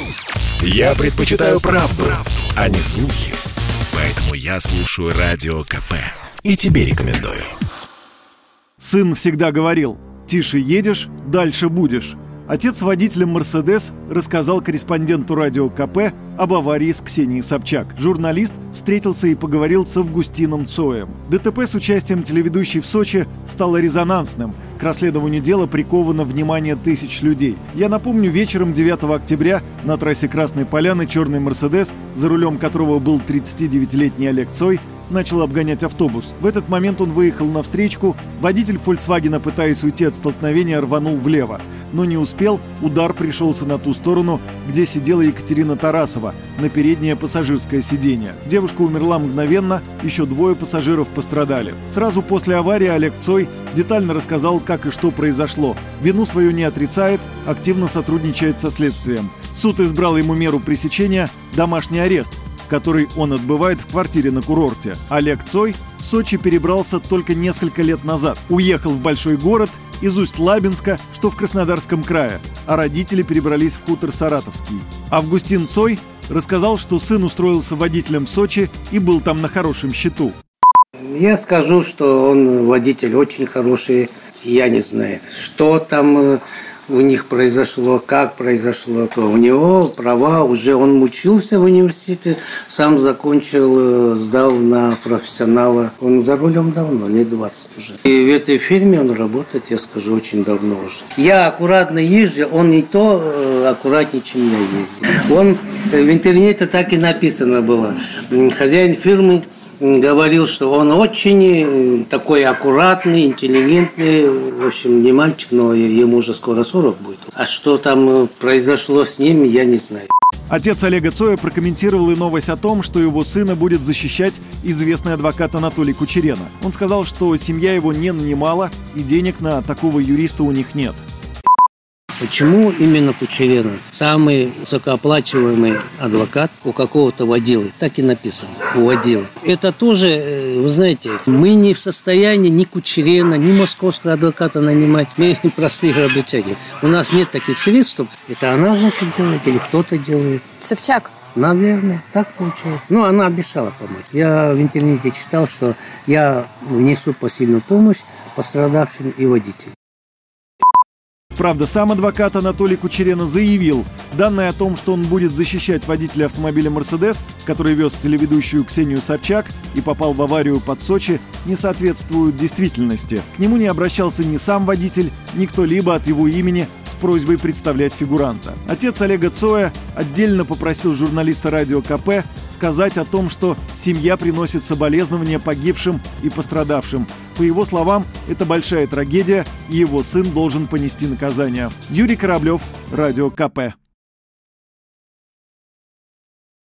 Я предпочитаю правду, а не слухи. Поэтому я слушаю Радио КП. И тебе рекомендую. Сын всегда говорил: «Тише едешь, дальше будешь». Отец водителем «Мерседес» рассказал корреспонденту Радио КП об аварии с Ксенией Собчак. Журналист встретился и поговорил с Августином Цоем. ДТП с участием телеведущей в Сочи стало резонансным. К расследованию дела приковано внимание тысяч людей. Я напомню, вечером 9 октября на трассе Красной Поляны черный «Мерседес», за рулем которого был 39-летний Олег Цой, начал обгонять автобус. В этот момент он выехал на встречку. Водитель «Фольксвагена», пытаясь уйти от столкновения, рванул влево. Но не успел, удар пришелся на ту сторону, где сидела Екатерина Тарасова, на переднее пассажирское сиденье. Девушка умерла мгновенно, еще 2 пассажиров пострадали. Сразу после аварии Олег Цой детально рассказал, как и что произошло. Вину свою не отрицает, активно сотрудничает со следствием. Суд избрал ему меру пресечения – домашний арест, который он отбывает в квартире на курорте. Олег Цой в Сочи перебрался только несколько лет назад. Уехал в большой город из Усть-Лабинска, что в Краснодарском крае, а родители перебрались в хутор Саратовский. Августин Цой рассказал, что сын устроился водителем в Сочи и был там на хорошем счету. Я скажу, что он водитель очень хороший. Я не знаю, что там у них произошло, как произошло. У него права уже, он учился в университете, сам закончил, сдал на профессионала. Он за рулем давно, лет 20 уже. И в этой фирме он работает, я скажу, очень давно уже. Я аккуратно езжу, он и то аккуратнее, чем я ездил. Он в интернете так и написано было. Хозяин фирмы говорил, что он очень такой аккуратный, интеллигентный. В общем, не мальчик, но ему уже скоро 40 будет. А что там произошло с ним, я не знаю. Отец Олега Цоя прокомментировал и новость о том, что его сына будет защищать известный адвокат Анатолий Кучерена. Он сказал, что семья его не нанимала и денег на такого юриста у них нет. Почему именно Кучерена? Самый высокооплачиваемый адвокат у какого-то водилы. Так и написано. У водилы. Это тоже, вы знаете, мы не в состоянии ни Кучерена, ни московского адвоката нанимать. Мы простые работяги. У нас нет таких средств. Это она, значит, делает или кто-то делает. Собчак. Наверное, так получилось. Ну, она обещала помочь. Я в интернете читал, что я внесу посильную помощь пострадавшим и водителям. Правда, сам адвокат Анатолий Кучерена заявил, данные о том, что он будет защищать водителя автомобиля «Мерседес», который вез телеведущую Ксению Собчак и попал в аварию под Сочи, не соответствуют действительности. К нему не обращался ни сам водитель, ни кто-либо от его имени с просьбой представлять фигуранта. Отец Олега Цоя отдельно попросил журналиста Радио КП сказать о том, что семья приносит соболезнования погибшим и пострадавшим. По его словам, это большая трагедия, и его сын должен понести наказание. Юрий Кораблев, Радио КП.